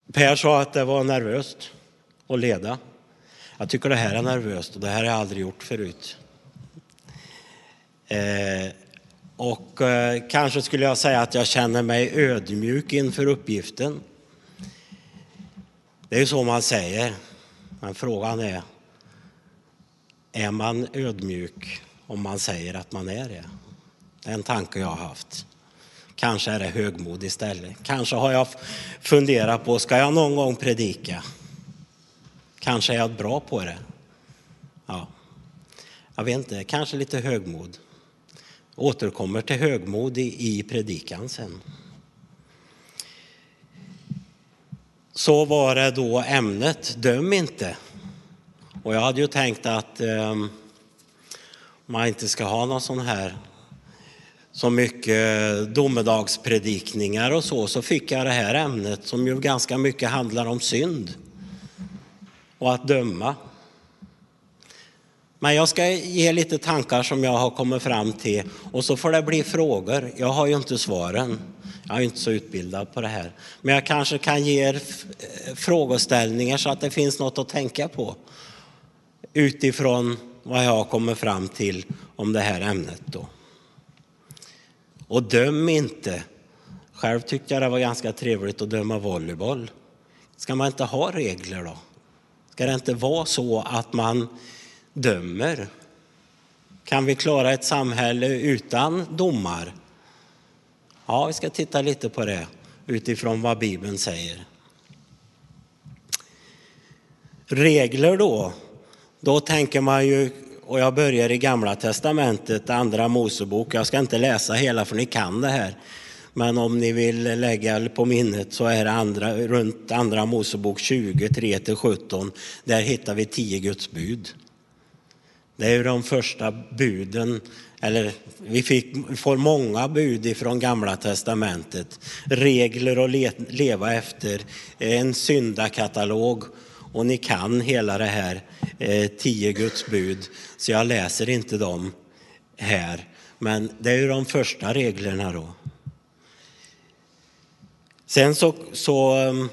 Per sa att det var nervöst att leda. Jag tycker det här är nervöst och det här har jag aldrig gjort förut. Kanske skulle jag säga att jag känner mig ödmjuk inför uppgiften. Det är ju så man säger. Men frågan är man ödmjuk om man säger att man är det? Det är en tanke jag har haft. Kanske är det högmod istället. Kanske har jag funderat på, ska jag någon gång predika? Kanske är jag bra på det. Ja, jag vet inte, kanske lite högmod. Återkommer till högmod i predikan sen. Så var det då ämnet, döm inte. Och jag hade ju tänkt att man inte ska ha någon sån här så mycket domedagspredikningar och så fick jag det här ämnet som ju ganska mycket handlar om synd och att döma. Men jag ska ge lite tankar som jag har kommit fram till och så får det bli frågor. Jag har ju inte svaren. Jag är inte så utbildad på det här. Men jag kanske kan ge er frågeställningar så att det finns något att tänka på utifrån vad jag har kommit fram till om det här ämnet då. Och döm inte. Själv tyckte jag det var ganska trevligt att döma volleyboll. Ska man inte ha regler då? Ska det inte vara så att man dömer? Kan vi klara ett samhälle utan domar? Ja, vi ska titta lite på det utifrån vad Bibeln säger. Regler då tänker man ju, och jag börjar i Gamla testamentet, Andra Mosebok. Jag ska inte läsa hela för ni kan det här. Men om ni vill lägga på minnet så är det runt Andra Mosebok 23-17. Där hittar vi 10 Guds bud. Det är ju de första buden, eller vi får många bud ifrån Gamla testamentet. Regler att leva efter, en syndakatalog. Och ni kan hela det här 10 Guds bud, så jag läser inte dem här. Men det är ju de första reglerna då. Sen så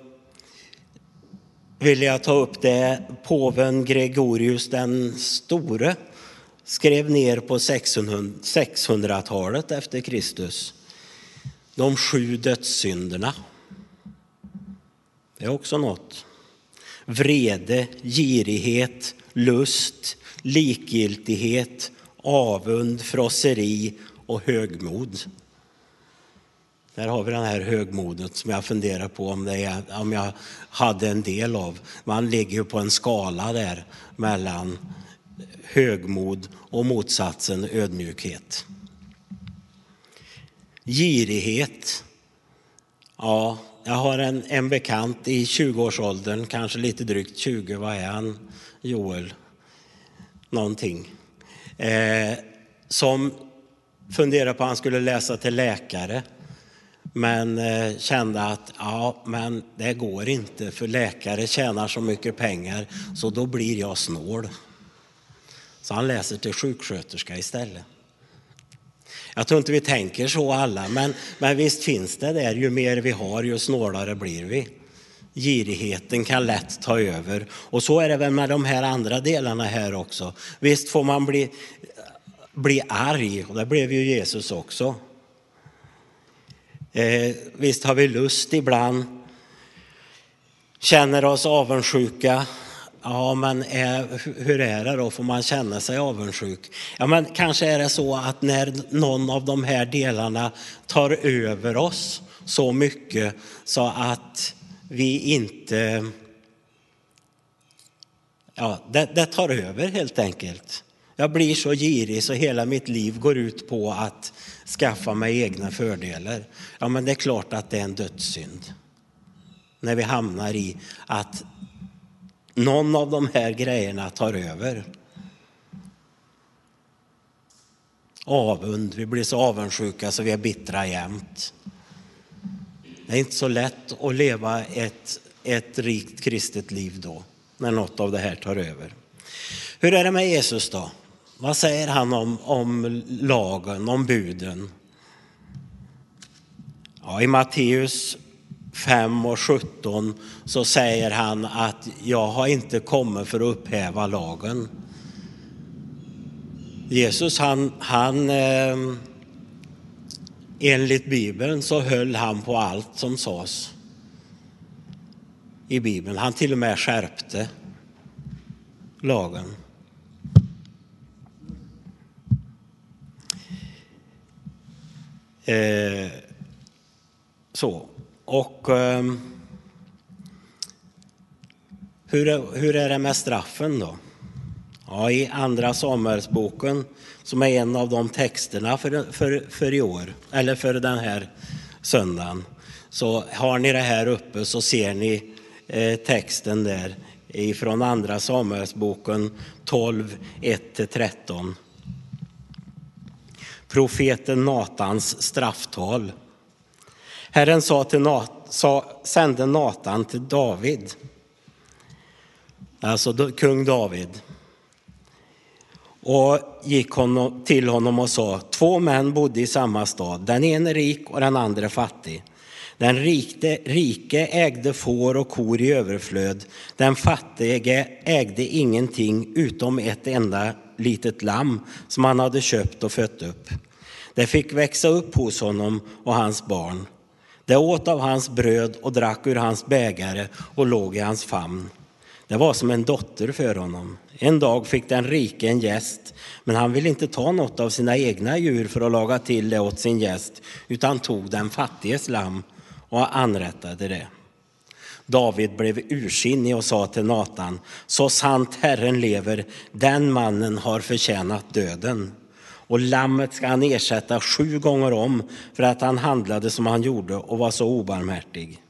vill jag ta upp det påven Gregorius den store skrev ner på 600-talet efter Kristus. De 7 dödssynderna. Det är också något. Vrede, girighet, lust, likgiltighet, avund, frosseri och högmod. Där har vi den här högmodet som jag funderar på om jag hade en del av. Man ligger ju på en skala där mellan högmod och motsatsen ödmjukhet. Girighet. Ja, jag har en bekant i 20-årsåldern, kanske lite drygt 20, vad är han? Joel, någonting. Som funderar på att han skulle läsa till läkare. Men kände att men det går inte för läkare tjänar så mycket pengar så då blir jag snål. Så han läser till sjuksköterska istället. Jag tror inte vi tänker så alla, men visst finns det där. Ju mer vi har, ju snålare blir vi. Girigheten kan lätt ta över. Och så är det väl med de här andra delarna här också. Visst får man bli arg, och det blev ju Jesus också. Visst har vi lust ibland. Känner oss avundsjuka. Ja, men hur är det då? Får man känna sig avundsjuk? Ja, men kanske är det så att när någon av de här delarna tar över oss så mycket så att vi inte... Ja, det tar över helt enkelt. Jag blir så girig så hela mitt liv går ut på att skaffa mig egna fördelar. Ja, men det är klart att det är en dödssynd. När vi hamnar i att någon av de här grejerna tar över. Avund, vi blir så avundsjuka så vi är bittra jämt. Det är inte så lätt att leva ett rikt kristet liv då, när något av det här tar över. Hur är det med Jesus då? Vad säger han om lagen, om buden? Ja, i Matteus 5 och 17 så säger han att jag har inte kommit för att upphäva lagen. Jesus han enligt Bibeln så höll han på allt som sades i Bibeln. Han till och med skärpte lagen. Så. Och hur är det med straffen då? Ja, i Andra Samuelsboken, som är en av de texterna för i år, eller för den här söndagen, så har ni det här uppe, så ser ni texten där ifrån Andra Samuelsboken 12, 1-13. Profeten Natans strafftal. Herren sände Natan till David, alltså kung David, och gick till honom och sa: 2 män bodde i samma stad, den ene rik och den andra fattig. Den rike ägde får och kor i överflöd, den fattige ägde ingenting utom ett enda litet lamm som han hade köpt och fött upp. Det fick växa upp hos honom och hans barn. Det åt av hans bröd och drack ur hans bägare och låg i hans famn. Det var som en dotter för honom. En dag fick den rike en gäst, men han ville inte ta något av sina egna djur för att laga till det åt sin gäst, utan tog den fattiges lamm och anrättade det. David blev ursinnig och sa till Natan: så sant Herren lever, den mannen har förtjänat döden. Och lammet ska han ersätta 7 gånger om för att han handlade som han gjorde och var så obarmhärtig.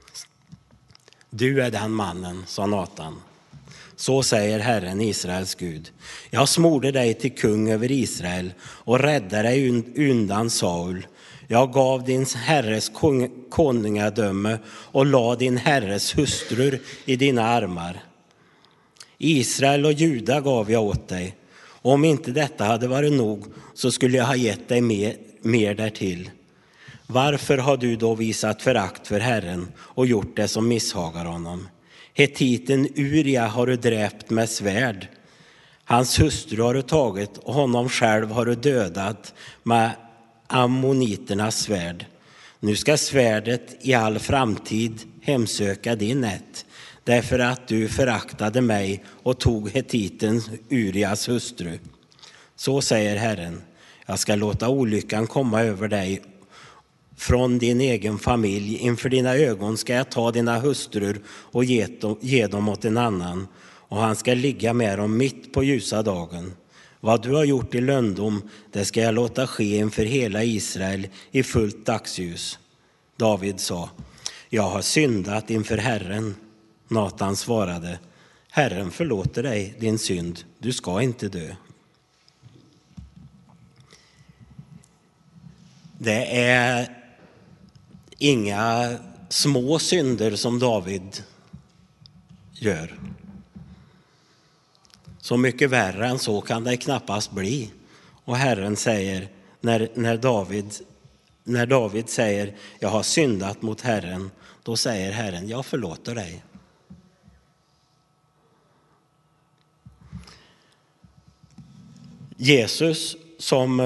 Du är den mannen, sa Natan. Så säger Herren, Israels Gud. Jag smorde dig till kung över Israel och räddade dig undan Saul. Jag gav din herres konungadöme och la din herres hustrur i dina armar. Israel och Juda gav jag åt dig. Och om inte detta hade varit nog så skulle jag ha gett dig mer därtill. Varför har du då visat förakt för Herren och gjort det som misshagar honom? Hetiten Uria har du dräpt med svärd. Hans hustru har du tagit och honom själv har du dödat med ammoniternas svärd. Nu ska svärdet i all framtid hemsöka din ett, därför att du föraktade mig och tog hetiten Urias hustru. Så säger Herren, jag ska låta olyckan komma över dig från din egen familj. Inför dina ögon ska jag ta dina hustrur och ge dem åt en annan, och han ska ligga med dem mitt på ljusa dagen. Vad du har gjort i löndom, det ska jag låta ske inför hela Israel i fullt dagsljus. David sa: jag har syndat inför Herren. Natan svarade: Herren förlåter dig din synd, du ska inte dö. Det är inga små synder som David gör. Så mycket värre än så kan det knappast bli. Och Herren säger, när David säger jag har syndat mot Herren, då säger Herren jag förlåter dig. Jesus som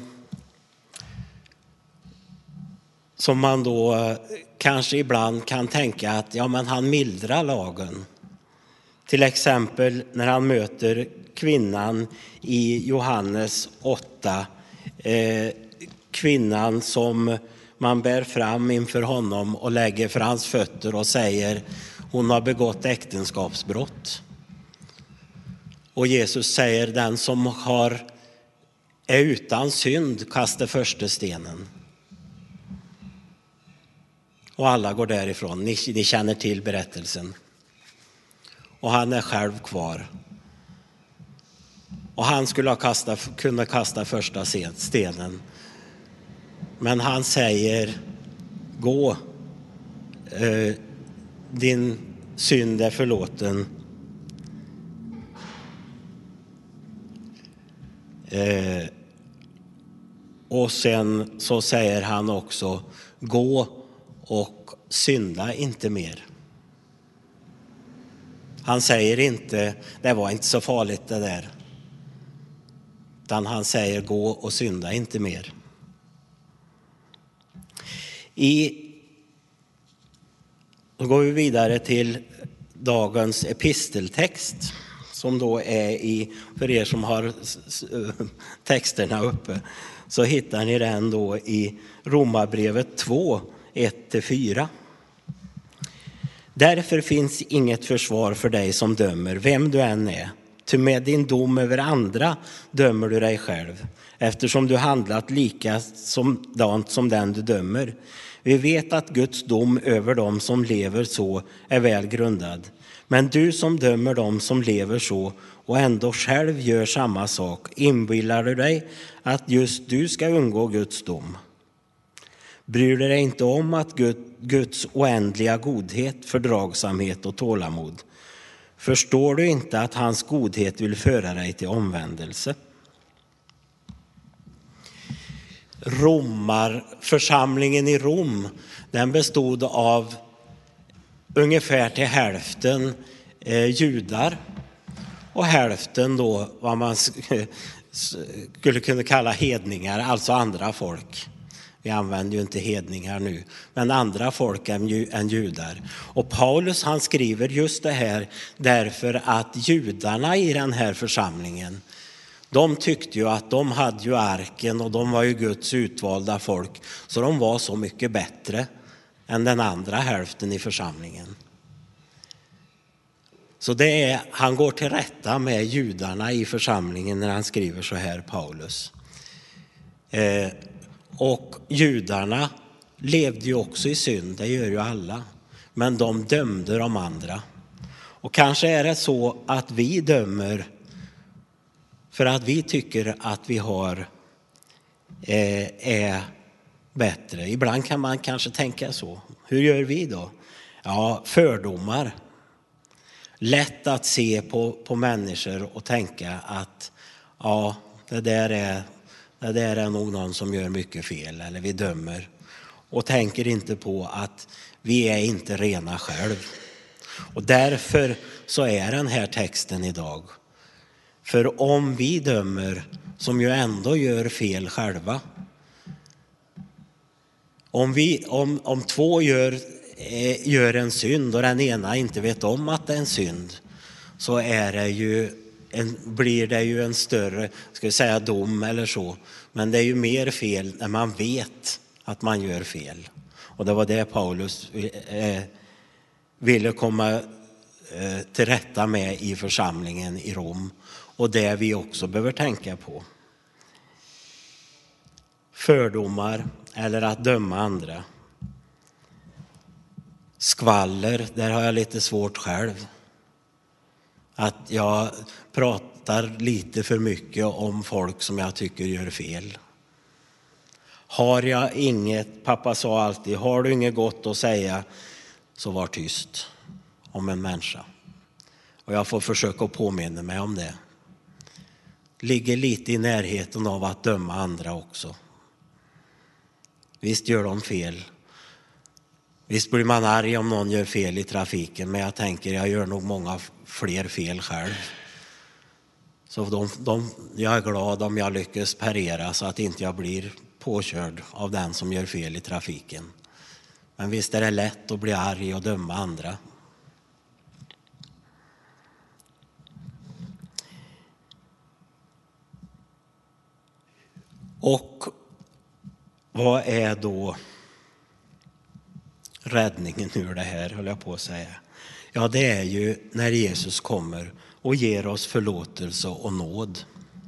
man då kanske ibland kan tänka att men han mildrar lagen. Till exempel när han möter kvinnan i Johannes 8. Kvinnan som man bär fram inför honom och lägger för hans fötter och säger hon har begått äktenskapsbrott. Och Jesus säger den som är utan synd kastar första stenen. Och alla går därifrån. Ni känner till berättelsen. Och han är själv kvar. Och han skulle kunna kasta första stenen. Men han säger gå, din synd är förlåten. Och sen så säger han också gå och synda inte mer. Han säger inte, det var inte så farligt det där. Utan han säger, gå och synda inte mer. Då går vi vidare till dagens episteltext. Som då är för er som har texterna uppe. Så hittar ni den då i Romarbrevet 2, 1-4. Därför finns inget försvar för dig som dömer, vem du än är. Ty med din dom över andra dömer du dig själv, eftersom du handlat lika som den du dömer. Vi vet att Guds dom över dem som lever så är väl grundad. Men du som dömer dem som lever så och ändå själv gör samma sak, inbillar du dig att just du ska undgå Guds dom? Bryr du dig inte om att Guds oändliga godhet, fördragsamhet och tålamod? Förstår du inte att hans godhet vill föra dig till omvändelse? Församlingen i Rom, den bestod av ungefär till hälften judar och hälften då vad man skulle kunna kalla hedningar, alltså andra folk. Vi använder ju inte hedningar nu, men andra folk än judar. Och Paulus han skriver just det här därför att judarna i den här församlingen, de tyckte ju att de hade ju arken och de var ju Guds utvalda folk. Så de var så mycket bättre än den andra hälften i församlingen. Så han går till rätta med judarna i församlingen när han skriver så här, Paulus. Och judarna levde ju också i synd, det gör ju alla. Men de dömde de andra. Och kanske är det så att vi dömer för att vi tycker att vi är bättre. Ibland kan man kanske tänka så. Hur gör vi då? Ja, fördomar. Lätt att se på människor och tänka att ja, det där är nog någon som gör mycket fel, eller vi dömer. Och tänker inte på att vi är inte rena själv. Och därför så är den här texten idag. För om vi dömer som ju ändå gör fel själva. Om två gör en synd och den ena inte vet om att det är en synd, så blir det ju en större, ska vi säga, dom eller så. Men det är ju mer fel när man vet att man gör fel. Och det var det Paulus ville komma till rätta med i församlingen i Rom. Och det vi också behöver tänka på. Fördomar eller att döma andra. Skvaller, där har jag lite svårt själv. Att jag pratar lite för mycket om folk som jag tycker gör fel. Har jag inget, pappa sa alltid, har du inget gott att säga så var tyst om en människa. Och jag får försöka påminna mig om det. Ligger lite i närheten av att döma andra också. Visst gör de fel. Visst blir man arg om någon gör fel i trafiken, men jag tänker jag gör nog många fler fel själv. Så jag är glad om jag lyckas parera så att inte jag blir påkörd av den som gör fel i trafiken. Men visst är det lätt att bli arg och döma andra. Och vad är då räddningen ur det här, höll jag på att säga. Ja, det är ju när Jesus kommer och ger oss förlåtelse och nåd.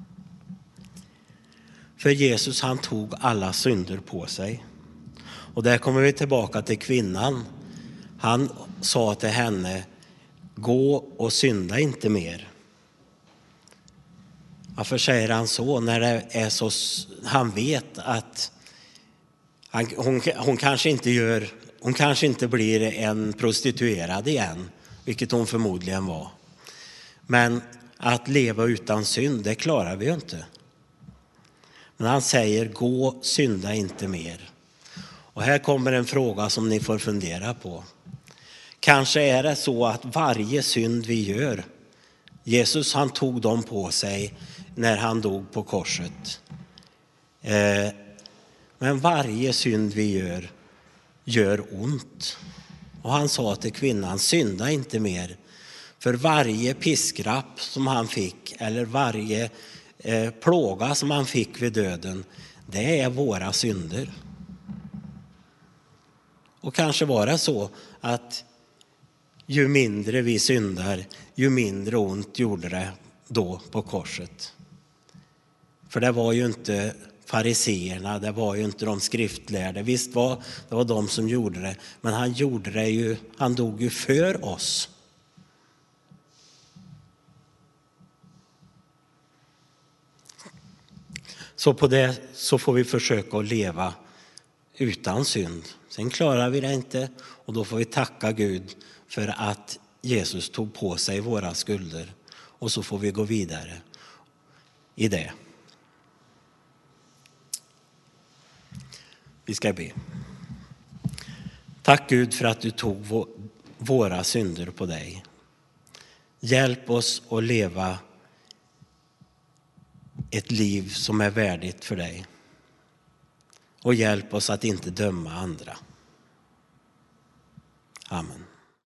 För Jesus, han tog alla synder på sig. Och där kommer vi tillbaka till kvinnan. Han sa till henne, gå och synda inte mer. Varför säger han så när det är så? Han vet att hon kanske inte blir en prostituerad igen, vilket hon förmodligen var. Men att leva utan synd, det klarar vi ju inte. Men han säger, gå, synda inte mer. Och här kommer en fråga som ni får fundera på. Kanske är det så att varje synd vi gör, Jesus han tog dem på sig när han dog på korset. Men varje synd vi gör ont. Och han sa till kvinnan, synda inte mer. För varje piskrapp som han fick eller varje plåga som han fick vid döden, det är våra synder. Och kanske var det så att ju mindre vi syndar, ju mindre ont gjorde det då på korset. För det var ju inte fariseerna, det var ju inte de skriftlärde. Visst var det var de som gjorde det, men han gjorde det ju, han dog ju för oss. Så på det så får vi försöka att leva utan synd. Sen klarar vi det inte och då får vi tacka Gud för att Jesus tog på sig våra skulder. Och så får vi gå vidare i det. Vi ska be. Tack Gud för att du tog våra synder på dig. Hjälp oss att leva ett liv som är värdigt för dig. Och hjälp oss att inte döma andra. Amen.